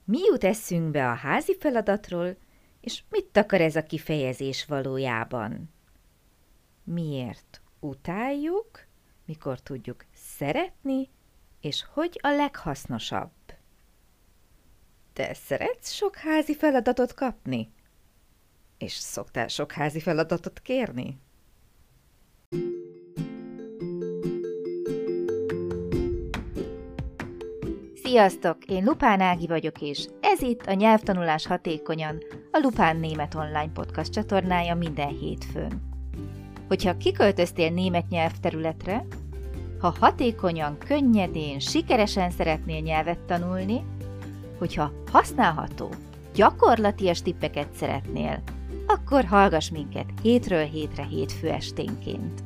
Mi jut eszünkbe a házi feladatról, és mit akar ez a kifejezés valójában? Miért utáljuk, mikor tudjuk szeretni, és hogy a leghasznosabb? Te szeretsz sok házi feladatot kapni? És szoktál sok házi feladatot kérni? Sziasztok! Én Lupán Ági vagyok, és ez itt a Nyelvtanulás hatékonyan, a Lupán Német Online Podcast csatornája minden hétfőn. Hogyha kiköltöztél német nyelvterületre, ha hatékonyan, könnyedén, sikeresen szeretnél nyelvet tanulni, hogyha használható, gyakorlatias tippeket szeretnél, akkor hallgass minket hétről hétre hétfő esténként.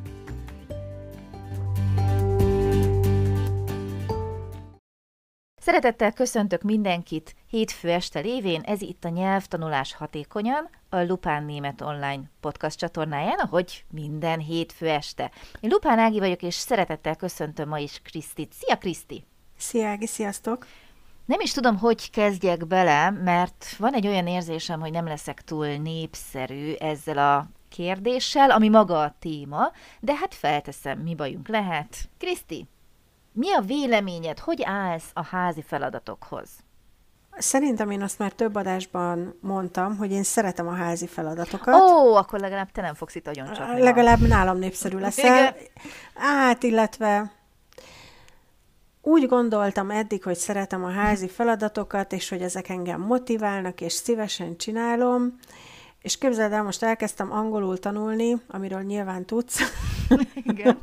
Szeretettel köszöntök mindenkit hétfő este lévén, ez itt a Nyelvtanulás hatékonyan, a Lupán Német Online Podcast csatornáján, ahogy minden hétfő este. Én Lupán Ági vagyok, és szeretettel köszöntöm ma is Krisztit. Szia, Kriszti! Szia, Ági, sziasztok! Nem is tudom, hogy kezdjek bele, mert van egy olyan érzésem, hogy nem leszek túl népszerű ezzel a kérdéssel, ami maga a téma, de hát felteszem, mi bajunk lehet. Kriszti, mi a véleményed, hogy állsz a házi feladatokhoz? Szerintem én azt már több adásban mondtam, hogy én szeretem a házi feladatokat. Ó, akkor legalább te nem fogsz itt agyoncsapni. Legalább nálam népszerű leszel. Hát, illetve úgy gondoltam eddig, hogy szeretem a házi feladatokat, és hogy ezek engem motiválnak, és szívesen csinálom. És képzeld el, most elkezdtem angolul tanulni, amiről nyilván tudsz. Igen.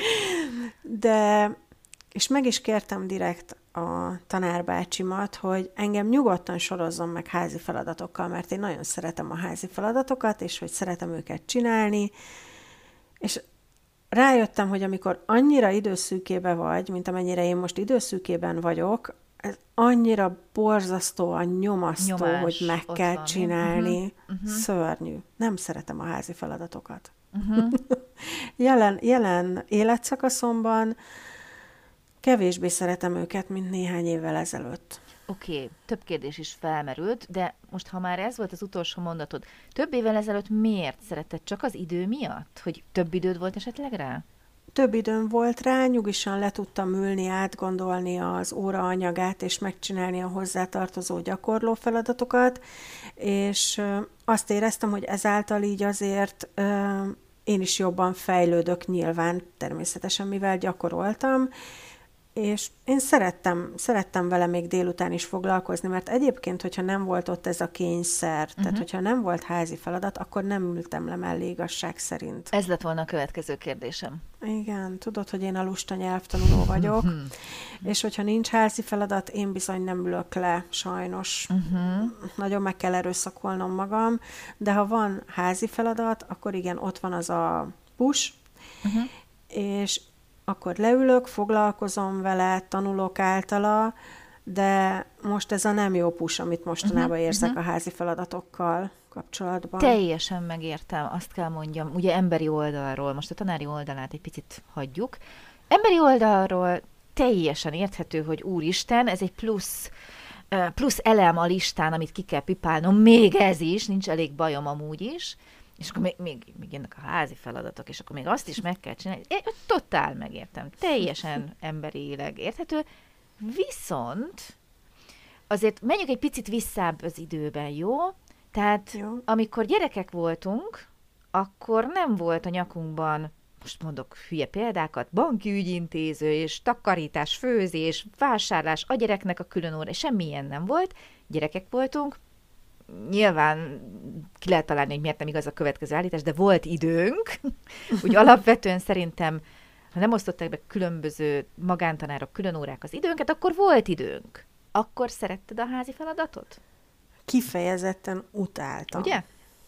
És meg is kértem direkt a tanárbácsimat, hogy engem nyugodtan sorozzon meg házi feladatokkal, mert én nagyon szeretem a házi feladatokat, és hogy szeretem őket csinálni, és rájöttem, hogy amikor annyira időszűkébe vagy, mint amennyire én most időszűkében vagyok, ez annyira borzasztóan nyomasztó, Nyomás, hogy meg kell van. csinálni. Szörnyű. Nem szeretem a házi feladatokat. Jelen életszakaszomban kevésbé szeretem őket, mint néhány évvel ezelőtt. Oké, több kérdés is felmerült, de most, ha már ez volt az utolsó mondatod, több évvel ezelőtt miért szeretted? Csak az idő miatt? Hogy több időd volt esetleg rá? Több időm volt rá, nyugisan le tudtam ülni, átgondolni az óra anyagát, és megcsinálni a hozzátartozó gyakorló feladatokat, és azt éreztem, hogy ezáltal így azért én is jobban fejlődök nyilván, természetesen, mivel gyakoroltam, és én szerettem vele még délután is foglalkozni, mert egyébként, hogyha nem volt ott ez a kényszer, tehát hogyha nem volt házi feladat, akkor nem ültem le mellé igazság szerint. Ez lett volna a következő kérdésem. Igen, tudod, hogy én a lusta nyelvtanuló vagyok, és hogyha nincs házi feladat, én bizony nem ülök le, sajnos. Nagyon meg kell erőszakolnom magam, de ha van házi feladat, akkor igen, ott van az a push, és akkor leülök, foglalkozom vele, tanulok általa, de most ez a nem jó push, amit mostanában érzek a házi feladatokkal kapcsolatban. Teljesen megértem, azt kell mondjam, ugye emberi oldalról, most a tanári oldalát egy picit hagyjuk. Emberi oldalról teljesen érthető, hogy úristen, ez egy plusz elem a listán, amit ki kell pipálnom, még ez is, nincs elég bajom amúgy is, és akkor még jönnek a házi feladatok, és akkor még azt is meg kell csinálni. Én totál megértem, teljesen emberileg érthető, viszont azért menjünk egy picit visszább az időben, jó? Tehát amikor gyerekek voltunk, akkor nem volt a nyakunkban, most mondok hülye példákat, banki ügyintéző, és takarítás, főzés, vásárlás, a gyereknek a külön óra, semmilyen nem volt, gyerekek voltunk, nyilván ki lehet találni, hogy miért nem igaz a következő állítás, de volt időnk. Úgy alapvetően szerintem, ha nem osztották be különböző magántanárok külön órák az időnket, akkor volt időnk. Akkor szeretted a házi feladatot? Kifejezetten utáltam. Ugye?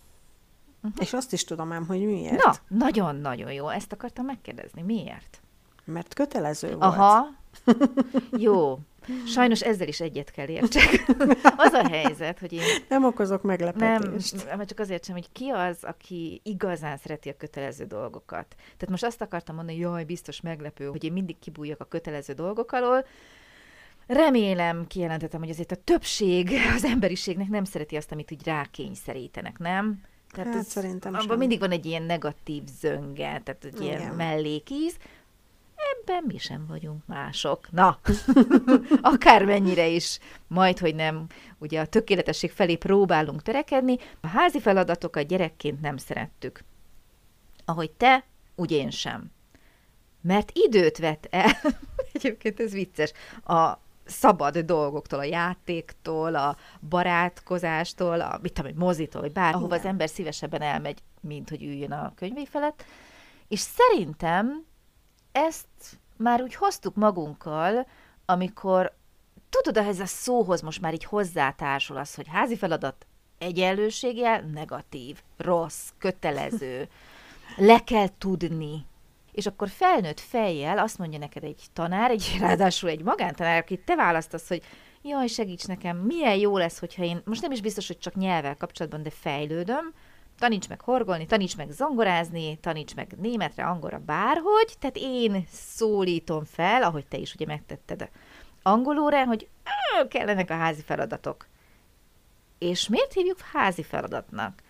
És azt is tudom ám, hogy miért. Na, nagyon-nagyon jó. Ezt akartam megkérdezni. Miért? Mert kötelező volt. Aha. Jó. Sajnos ezzel is egyet kell értsek. Az a helyzet, hogy én... Nem okozok meglepetést. Nem, csak azért sem, hogy ki az, aki igazán szereti a kötelező dolgokat. Tehát most azt akartam mondani, hogy jaj, biztos meglepő, hogy én mindig kibújjak a kötelező dolgok alól. Remélem, kijelentettem, hogy azért a többség az emberiségnek nem szereti azt, amit úgy rákényszerítenek, nem? Tehát Hát szerintem abban sem. mindig van egy ilyen negatív zönge, tehát egy ilyen Igen. mellékíz. Ebben mi sem vagyunk mások. Na, akármennyire is, majd, hogy nem, ugye a tökéletesség felé próbálunk törekedni, a házi feladatokat gyerekként nem szerettük. Ahogy te, úgy én sem. Mert időt vett el, egyébként ez vicces, a szabad dolgoktól, a játéktól, a barátkozástól, a mit tudom, mozitól, vagy bár, ahova az ember szívesebben elmegy, mint hogy üljön a könyvé felett. És szerintem ezt már úgy hoztuk magunkkal, amikor, tudod, ez a szóhoz most már így hozzátársul az, hogy házi feladat egyenlőséggel negatív, rossz, kötelező, le kell tudni. És akkor felnőtt fejjel azt mondja neked egy tanár, ráadásul egy magántanár, akit te választasz, hogy jaj, segíts nekem, milyen jó lesz, hogyha én, most nem is biztos, hogy csak nyelvvel kapcsolatban, de fejlődöm, taníts meg horgolni, taníts meg zongorázni, taníts meg németre, angolra, bárhogy, tehát én szólítom fel, ahogy te is ugye megtetted angolóra, hogy kellenek a házi feladatok. És miért hívjuk házi feladatnak?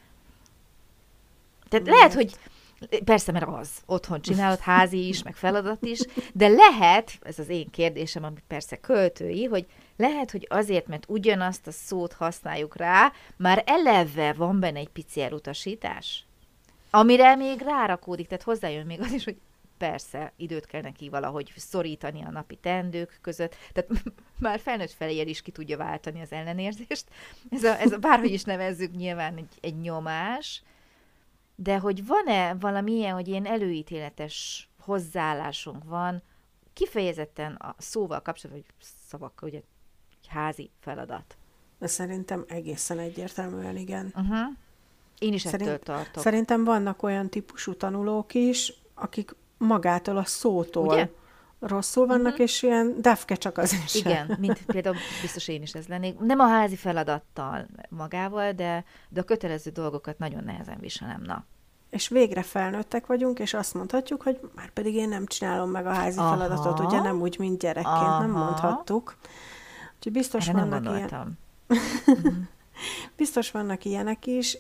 Tehát lehet, hogy persze, mert az, otthon csinálod, házi is, meg feladat is, de lehet, ez az én kérdésem, ami persze költői, hogy lehet, hogy azért, mert ugyanazt a szót használjuk rá, már eleve van benne egy pici elutasítás, amire még rárakódik, tehát hozzájön még az is, hogy persze, időt kell neki valahogy szorítani a napi teendők között, tehát már felnőtt feléjel is ki tudja váltani az ellenérzést. Ez a bárhogy is nevezzük, nyilván egy nyomás, de hogy van-e valami ilyen, hogy ilyen előítéletes hozzáállásunk van, kifejezetten a szóval kapcsolatban, vagy szavakkal, ugye, egy házi feladat. De szerintem egészen egyértelműen igen. Én is ettől tartok. Szerintem vannak olyan típusú tanulók is, akik magától a szótól ugye? Rosszul vannak, és ilyen defke csak azért sem. Igen, mint például biztos én is ez lennék. Nem a házi feladattal magával, de a kötelező dolgokat nagyon nehezen viselem. Na. És végre felnőttek vagyunk, és azt mondhatjuk, hogy már pedig én nem csinálom meg a házi feladatot, ugye nem úgy, mint gyerekként, nem mondhattuk. Úgyhogy biztos erre vannak nem gondoltam. Biztos vannak ilyenek is.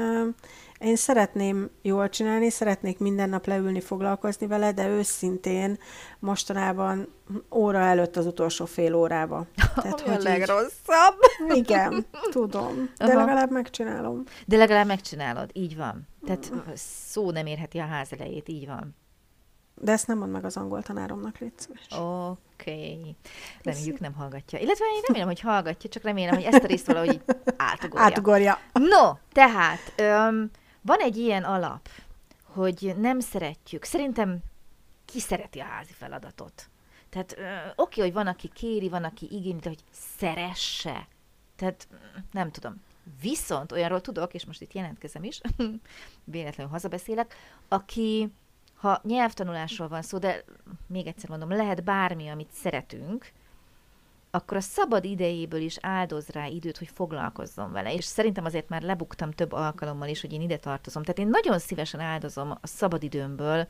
Én szeretném jól csinálni, szeretnék minden nap leülni, foglalkozni vele, de őszintén mostanában óra előtt az utolsó fél órába. Tehát, hogy a legrosszabb. Igen, tudom. De legalább megcsinálom. De legalább megcsinálod, így van. Tehát szó nem érheti a ház elejét, így van. De ezt nem mondd meg az angol tanáromnak, légy szíves. Oké. Reméljük nem hallgatja. Illetve én remélem, hogy hallgatja, csak remélem, hogy ezt a részt valahogy átugorja. No, tehát van egy ilyen alap, hogy nem szeretjük. Szerintem ki szereti a házi feladatot? Tehát oké, hogy van, aki kéri, van, aki igényli, de hogy szeresse. Tehát nem tudom. Viszont olyanról tudok, és most itt jelentkezem is, véletlenül hazabeszélek, aki, ha nyelvtanulásról van szó, de még egyszer mondom, lehet bármi, amit szeretünk, akkor a szabad idejéből is áldoz rá időt, hogy foglalkozzon vele. És szerintem azért már lebuktam több alkalommal is, hogy én ide tartozom. Tehát én nagyon szívesen áldozom a szabad időmből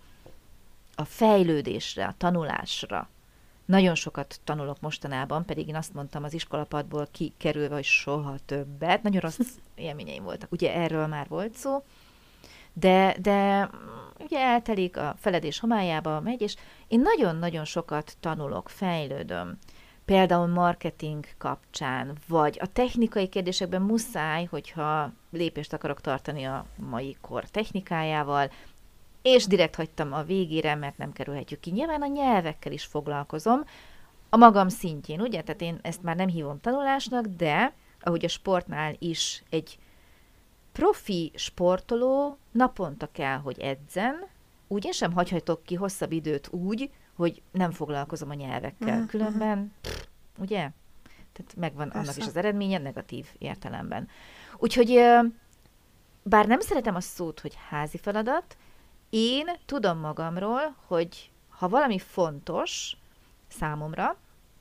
a fejlődésre, a tanulásra. Nagyon sokat tanulok mostanában, pedig én azt mondtam az iskolapadból kikerülve, hogy soha többet. Nagyon rossz élményeim voltak. Ugye erről már volt szó, de ugye eltelik, a feledés homályába megy, és én nagyon-nagyon sokat tanulok, fejlődöm. Például marketing kapcsán, vagy a technikai kérdésekben muszáj, hogyha lépést akarok tartani a mai kor technikájával, és direkt hagytam a végére, mert nem kerülhetjük ki. Nyilván a nyelvekkel is foglalkozom, a magam szintjén, ugye? Tehát én ezt már nem hívom tanulásnak, de ahogy a sportnál is egy profi sportoló naponta kell, hogy edzen, úgy én sem hagyhatok ki hosszabb időt úgy, hogy nem foglalkozom a nyelvekkel. Különben, ugye? Tehát megvan annak is az eredménye, negatív értelemben. Úgyhogy bár nem szeretem a szót, hogy házi feladat, én tudom magamról, hogy ha valami fontos számomra,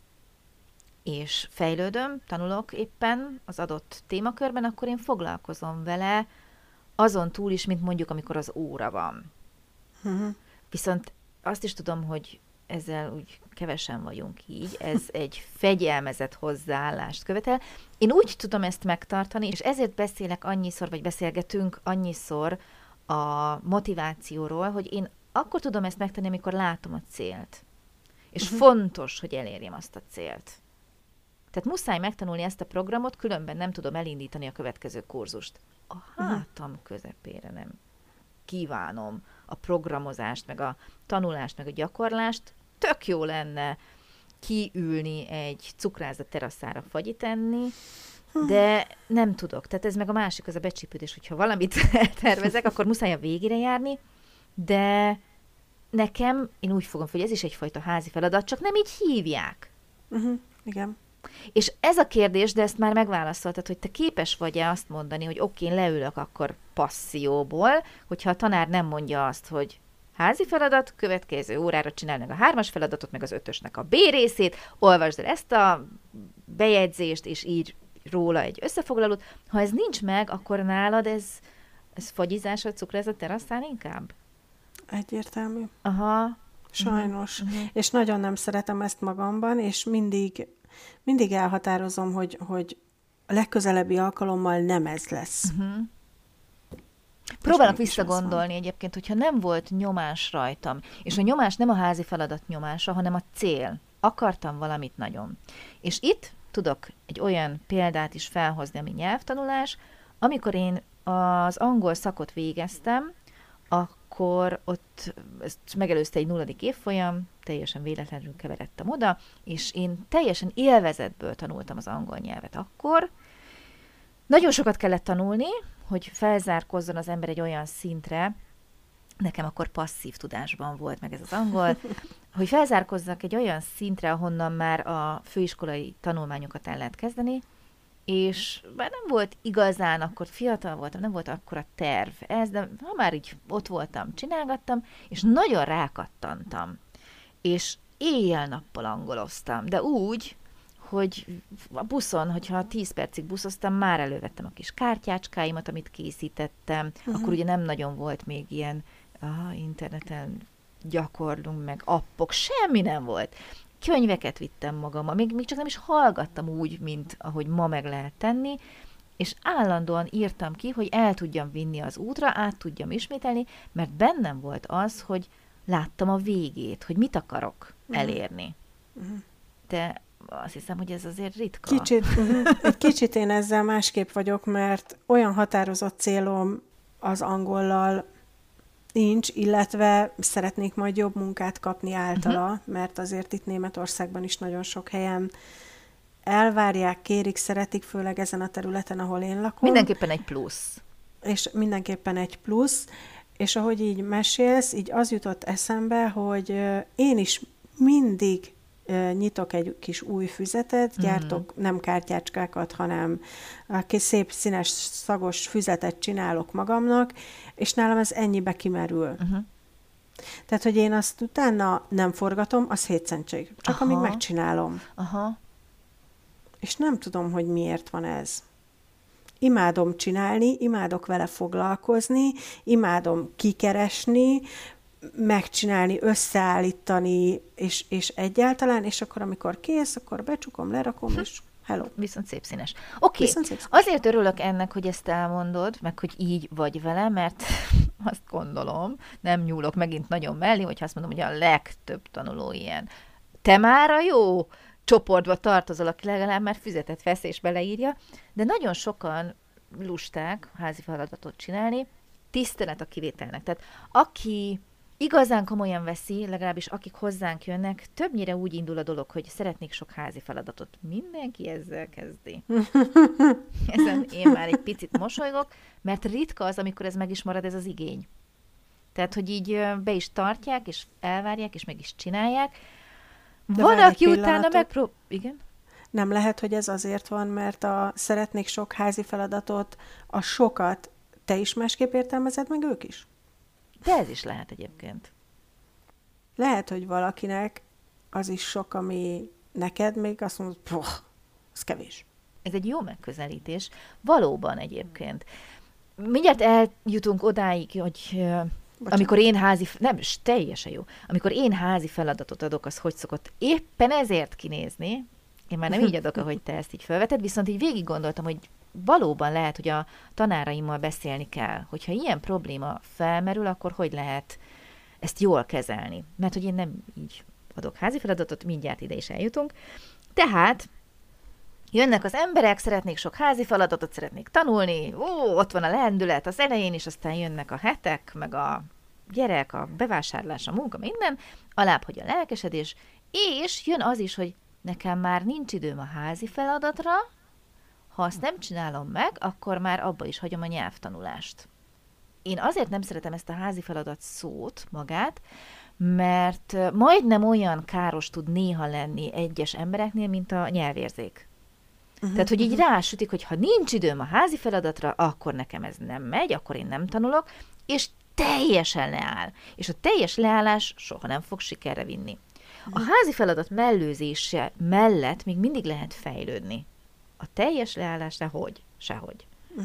és fejlődöm, tanulok éppen az adott témakörben, akkor én foglalkozom vele azon túl is, mint mondjuk, amikor az óra van. Viszont azt is tudom, hogy ezzel úgy kevesen vagyunk így, ez egy fegyelmezett hozzáállást követel. Én úgy tudom ezt megtartani, és ezért beszélek annyiszor, vagy beszélgetünk annyiszor a motivációról, hogy én akkor tudom ezt megtenni, amikor látom a célt. És fontos, hogy elérjem azt a célt. Tehát muszáj megtanulni ezt a programot, különben nem tudom elindítani a következő kurzust. A hátam közepére nem kívánom a programozást, meg a tanulást, meg a gyakorlást. Tök jó lenne kiülni egy cukrászda teraszára fagyit enni, de nem tudok. Tehát ez meg a másik, az a becsípődés, hogyha valamit eltervezek, akkor muszáj a végére járni, de nekem, én úgy fogom, hogy ez is egyfajta házi feladat, csak nem így hívják. Igen. És ez a kérdés, de ezt már megválaszoltad, hogy te képes vagy-e azt mondani, hogy oké, én leülök akkor passzióból, hogyha a tanár nem mondja azt, hogy házi feladat, következő órára csinálj meg a 3-as feladatot, meg az 5-ösnek a B részét, olvasd el ezt a bejegyzést, és így róla egy összefoglalót. Ha ez nincs meg, akkor nálad ez fagyizás a cukrászat teraszán inkább? Egyértelmű. Aha. Sajnos. És nagyon nem szeretem ezt magamban, és mindig elhatározom, hogy a legközelebbi alkalommal nem ez lesz. Próbálok visszagondolni egyébként, hogyha nem volt nyomás rajtam, és a nyomás nem a házi feladat nyomása, hanem a cél. Akartam valamit nagyon. És itt tudok egy olyan példát is felhozni, ami nyelvtanulás. Amikor én az angol szakot végeztem, akkor ott ezt megelőzte egy 0. évfolyam, teljesen véletlenül keveredtem oda, és én teljesen élvezetből tanultam az angol nyelvet akkor. Nagyon sokat kellett tanulni, hogy felzárkozzon az ember egy olyan szintre, nekem akkor passzív tudásban volt meg ez az angol, hogy felzárkozzak egy olyan szintre, ahonnan már a főiskolai tanulmányokat el lehet kezdeni, és már nem volt igazán, akkor fiatal voltam, nem volt akkora terv ez, de ha már így ott voltam, csinálgattam, és nagyon rákattantam. És éjjel-nappal angoloztam, de úgy, hogy a buszon, hogyha 10 percig buszoztam, már elővettem a kis kártyácskáimat, amit készítettem, akkor ugye nem nagyon volt még ilyen interneten gyakorlunk, meg appok, semmi nem volt. Könyveket vittem magammal, még csak nem is hallgattam úgy, mint ahogy ma meg lehet tenni, és állandóan írtam ki, hogy el tudjam vinni az útra, át tudjam ismételni, mert bennem volt az, hogy láttam a végét, hogy mit akarok elérni. De azt hiszem, hogy ez azért ritka. Egy kicsit én ezzel másképp vagyok, mert olyan határozott célom az angollal nincs, illetve szeretnék majd jobb munkát kapni általa, mert azért itt Németországban is nagyon sok helyen elvárják, kérik, szeretik, főleg ezen a területen, ahol én lakom. Mindenképpen egy plusz. És mindenképpen egy plusz, és ahogy így mesélsz, így az jutott eszembe, hogy én is mindig nyitok egy kis új füzetet, gyártok nem kártyácskákat, hanem kis szép színes szagos füzetet csinálok magamnak, és nálam ez ennyibe kimerül. Tehát, hogy én azt utána nem forgatom, az 7 centség. Csak amíg megcsinálom. És nem tudom, hogy miért van ez. Imádom csinálni, imádok vele foglalkozni, imádom kikeresni, megcsinálni, összeállítani, és egyáltalán, és akkor, amikor kész, akkor becsukom, lerakom, és hello. Viszont szép színes. Oké, azért örülök ennek, hogy ezt elmondod, meg hogy így vagy vele, mert azt gondolom, nem nyúlok megint nagyon mellé, vagy azt mondom, hogy a legtöbb tanuló ilyen. Te már a jó csoportba tartozol, aki legalább már füzetet vesz és beleírja, de nagyon sokan lusták házi feladatot csinálni, tisztelet a kivételnek. Tehát aki igazán komolyan veszi, legalábbis akik hozzánk jönnek, többnyire úgy indul a dolog, hogy szeretnék sok házi feladatot. Mindenki ezzel kezdi. Ezen én már egy picit mosolygok, mert ritka az, amikor ez meg is marad, ez az igény. Tehát, hogy így be is tartják, és elvárják, és meg is csinálják. De van, aki utána Igen? Nem lehet, hogy ez azért van, mert szeretnék sok házi feladatot, a sokat te is másképp értelmezed, meg ők is? De ez is lehet egyébként. Lehet, hogy valakinek az is sok, ami neked még azt mondod, ez kevés. Ez egy jó megközelítés. Valóban egyébként. Mindjárt eljutunk odáig, hogy Amikor én nem, teljesen jó. Amikor én házi feladatot adok, az hogy szokott éppen ezért kinézni, én már nem így adok, ahogy te ezt így felveted, viszont így végig gondoltam, hogy valóban lehet, hogy a tanáraimmal beszélni kell, hogyha ilyen probléma felmerül, akkor hogy lehet ezt jól kezelni. Mert hogy én nem így adok házi feladatot, mindjárt ide is eljutunk. Tehát jönnek az emberek, szeretnék sok házi feladatot, szeretnék tanulni, ott van a lendület az elején, és aztán jönnek a hetek, meg a gyerek, a bevásárlás, a munka, minden, alább, hogy a lelkesedés, és jön az is, hogy nekem már nincs időm a házi feladatra, ha azt nem csinálom meg, akkor már abba is hagyom a nyelvtanulást. Én azért nem szeretem ezt a házi feladat szót magát, mert majdnem olyan káros tud néha lenni egyes embereknél, mint a nyelvérzék. Tehát, hogy így rásütik, hogy ha nincs időm a házi feladatra, akkor nekem ez nem megy, akkor én nem tanulok, és teljesen leáll. És a teljes leállás soha nem fog sikerre vinni. A házi feladat mellőzése mellett még mindig lehet fejlődni. A teljes leállásra hogy? Sehogy.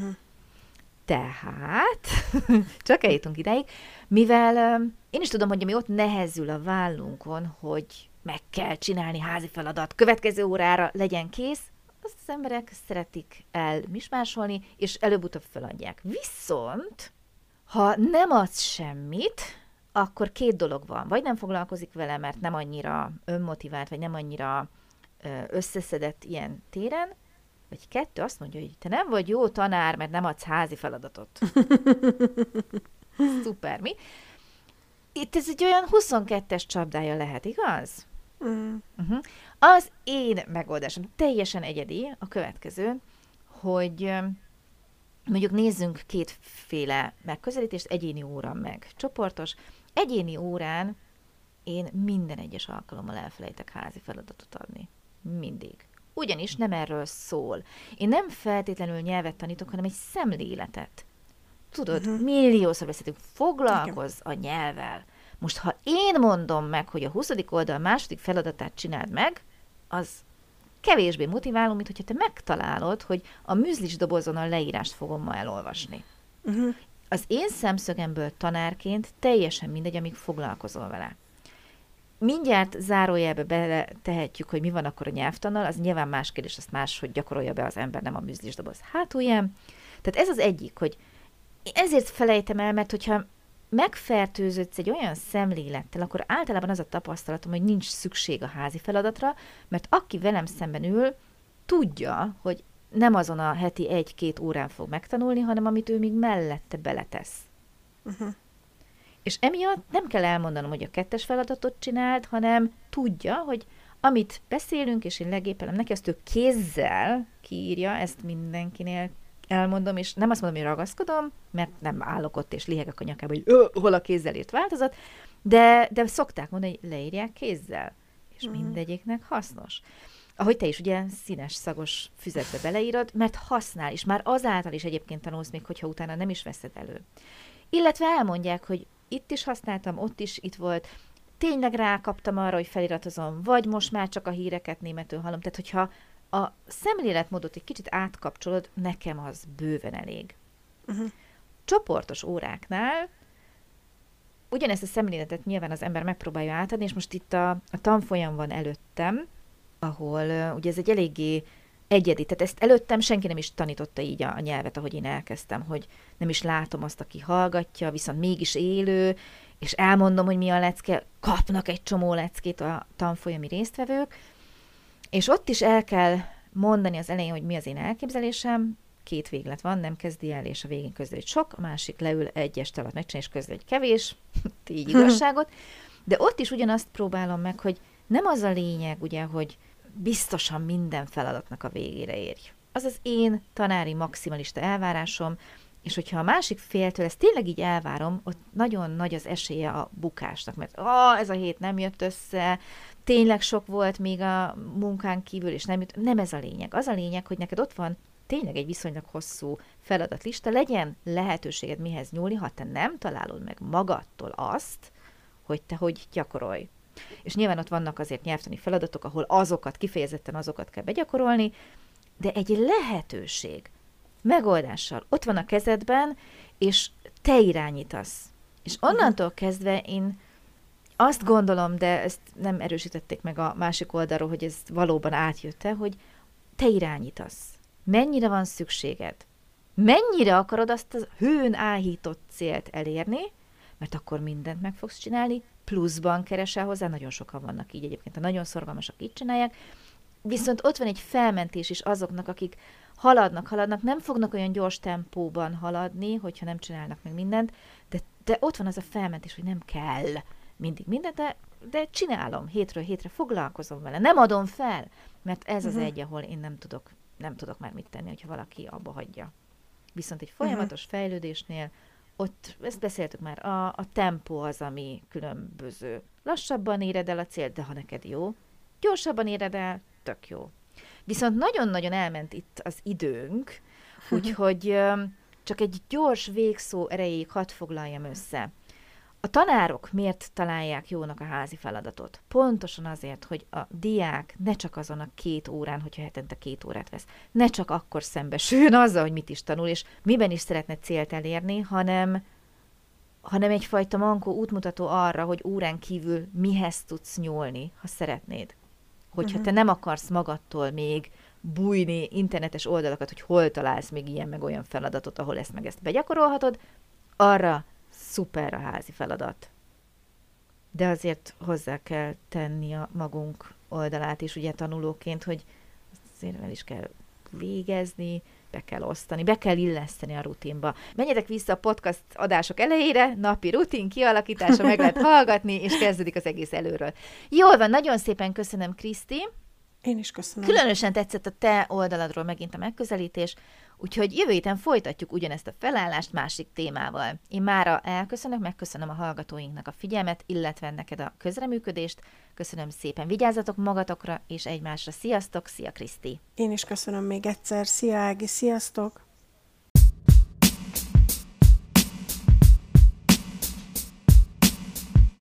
Tehát, csak eljutunk ideig, mivel én is tudom, hogy ami ott nehezül a vállunkon, hogy meg kell csinálni házi feladat, következő órára legyen kész, azt az emberek szeretik elmismásolni, és előbb-utóbb feladják. Viszont, ha nem adsz semmit, akkor két dolog van. Vagy nem foglalkozik vele, mert nem annyira önmotivált, vagy nem annyira összeszedett ilyen téren, vagy kettő, azt mondja, hogy te nem vagy jó tanár, mert nem adsz házi feladatot. Szuper, mi? Itt ez egy olyan 22-es csapdája lehet, igaz? Az én megoldásom teljesen egyedi a következő, hogy mondjuk nézzünk kétféle megközelítést, egyéni óra meg csoportos. Egyéni órán én minden egyes alkalommal elfelejtek házi feladatot adni. Mindig. Ugyanis nem erről szól. Én nem feltétlenül nyelvet tanítok, hanem egy szemléletet. Tudod, milliószor beszéltünk, foglalkozz a nyelvvel. Most, ha én mondom meg, hogy a 20. oldal második feladatát csináld meg, az kevésbé motiváló, mint hogyha te megtalálod, hogy a műzlis dobozon a leírást fogom ma elolvasni. Az én szemszögemből tanárként teljesen mindegy, amíg foglalkozol vele. Mindjárt zárójelbe beletehetjük, hogy mi van akkor a nyelvtannal, az nyilván más kérdés, azt máshogy gyakorolja be az ember, nem a műzlis doboz hátulján. Tehát ez az egyik, hogy ezért felejtem el, mert hogyha megfertőződsz egy olyan szemlélettel, akkor általában az a tapasztalatom, hogy nincs szükség a házi feladatra, mert aki velem szemben ül, tudja, hogy nem azon a heti 1-2 órán fog megtanulni, hanem amit ő még mellette beletesz. És emiatt nem kell elmondanom, hogy a 2. feladatot csináld, hanem tudja, hogy amit beszélünk, és én legépelem neki, azt ő kézzel kiírja, ezt mindenkinél elmondom, és nem azt mondom, hogy ragaszkodom, mert nem állok ott és lihegek a nyakába, hogy hol a kézzel írt változat, de szokták mondani, hogy leírják kézzel, és mindegyiknek hasznos. Ahogy te is ugye színes, szagos füzetbe beleírod, mert használ, és már azáltal is egyébként tanulsz, még hogyha utána nem is veszed elő. Illetve elmondják, hogy itt is használtam, ott is itt volt, tényleg rákaptam arra, hogy feliratozom, vagy most már csak a híreket németül hallom. Tehát, hogyha a szemléletmódot egy kicsit átkapcsolod, nekem az bőven elég. Csoportos óráknál ugyanezt a szemléletet nyilván az ember megpróbálja átadni, és most itt a tanfolyam van előttem, ahol ugye ez egy eléggé egyedi. Tehát ezt előttem senki nem is tanította így a nyelvet, ahogy én elkezdtem, hogy nem is látom azt, aki hallgatja, viszont mégis élő, és elmondom, hogy mi a lecke, kapnak egy csomó leckét a tanfolyami résztvevők, és ott is el kell mondani az elején, hogy mi az én elképzelésem, 2 véglet van, nem kezdi el, és a végén közli egy sok, a másik leül egy este alatt megcsinálni, és közli egy kevés, így igazságot, de ott is ugyanazt próbálom meg, hogy nem az a lényeg, ugye, hogy biztosan minden feladatnak a végére érj. Az az én tanári maximalista elvárásom, és hogyha a másik féltől ezt tényleg így elvárom, ott nagyon nagy az esélye a bukásnak, mert ez a hét nem jött össze, tényleg sok volt még a munkán kívül, és nem ez a lényeg. Az a lényeg, hogy neked ott van tényleg egy viszonylag hosszú feladatlista, legyen lehetőséged mihez nyúlni, ha te nem találod meg magadtól azt, hogy te hogy gyakorolj. És nyilván ott vannak azért nyelvtani feladatok, ahol kifejezetten azokat kell begyakorolni, de egy lehetőség megoldással ott van a kezedben, és te irányítasz. És onnantól kezdve én azt gondolom, de ezt nem erősítették meg a másik oldalról, hogy ez valóban átjött-e, hogy te irányítasz. Mennyire van szükséged? Mennyire akarod azt a hőn áhított célt elérni, mert akkor mindent meg fogsz csinálni, pluszban keresel hozzá, nagyon sokan vannak így egyébként, a nagyon szorgalmasak így csinálják, viszont ott van egy felmentés is azoknak, akik haladnak, nem fognak olyan gyors tempóban haladni, hogyha nem csinálnak meg mindent, de ott van az a felmentés, hogy nem kell mindig mindent, de csinálom, hétről hétre foglalkozom vele, nem adom fel, mert ez az egy, ahol én nem tudok már mit tenni, hogyha valaki abba hagyja. Viszont egy folyamatos fejlődésnél, ott, ezt beszéltük már, a tempó az, ami különböző. Lassabban éred el a célt, de ha neked jó, gyorsabban éred el, tök jó. Viszont nagyon-nagyon elment itt az időnk, úgyhogy csak egy gyors végszó erejéig hadd foglaljam össze. A tanárok miért találják jónak a házi feladatot? Pontosan azért, hogy a diák ne csak azon a 2 órán, hogyha hetente 2 órát vesz, ne csak akkor szembesüljön azzal, hogy mit is tanul, és miben is szeretne célt elérni, hanem egyfajta mankó útmutató arra, hogy órán kívül mihez tudsz nyúlni, ha szeretnéd. Hogyha te nem akarsz magadtól még bújni internetes oldalakat, hogy hol találsz még ilyen meg olyan feladatot, ahol ezt meg ezt begyakorolhatod, arra szuper a házi feladat. De azért hozzá kell tenni a magunk oldalát is, ugye tanulóként, hogy azért el is kell végezni, be kell osztani, be kell illeszteni a rutinba. Menjetek vissza a podcast adások elejére, napi rutin kialakítása, meg lehet hallgatni, és kezdődik az egész előről. Jól van, nagyon szépen köszönöm, Kriszti. Én is köszönöm. Különösen tetszett a te oldaladról megint a megközelítés, úgyhogy jövő héten folytatjuk ugyanezt a felállást másik témával. Én mára elköszönök, megköszönöm a hallgatóinknak a figyelmet, illetve neked a közreműködést. Köszönöm szépen, vigyázzatok magatokra és egymásra. Sziasztok, szia Kriszti! Én is köszönöm még egyszer. Szia Ági, sziasztok!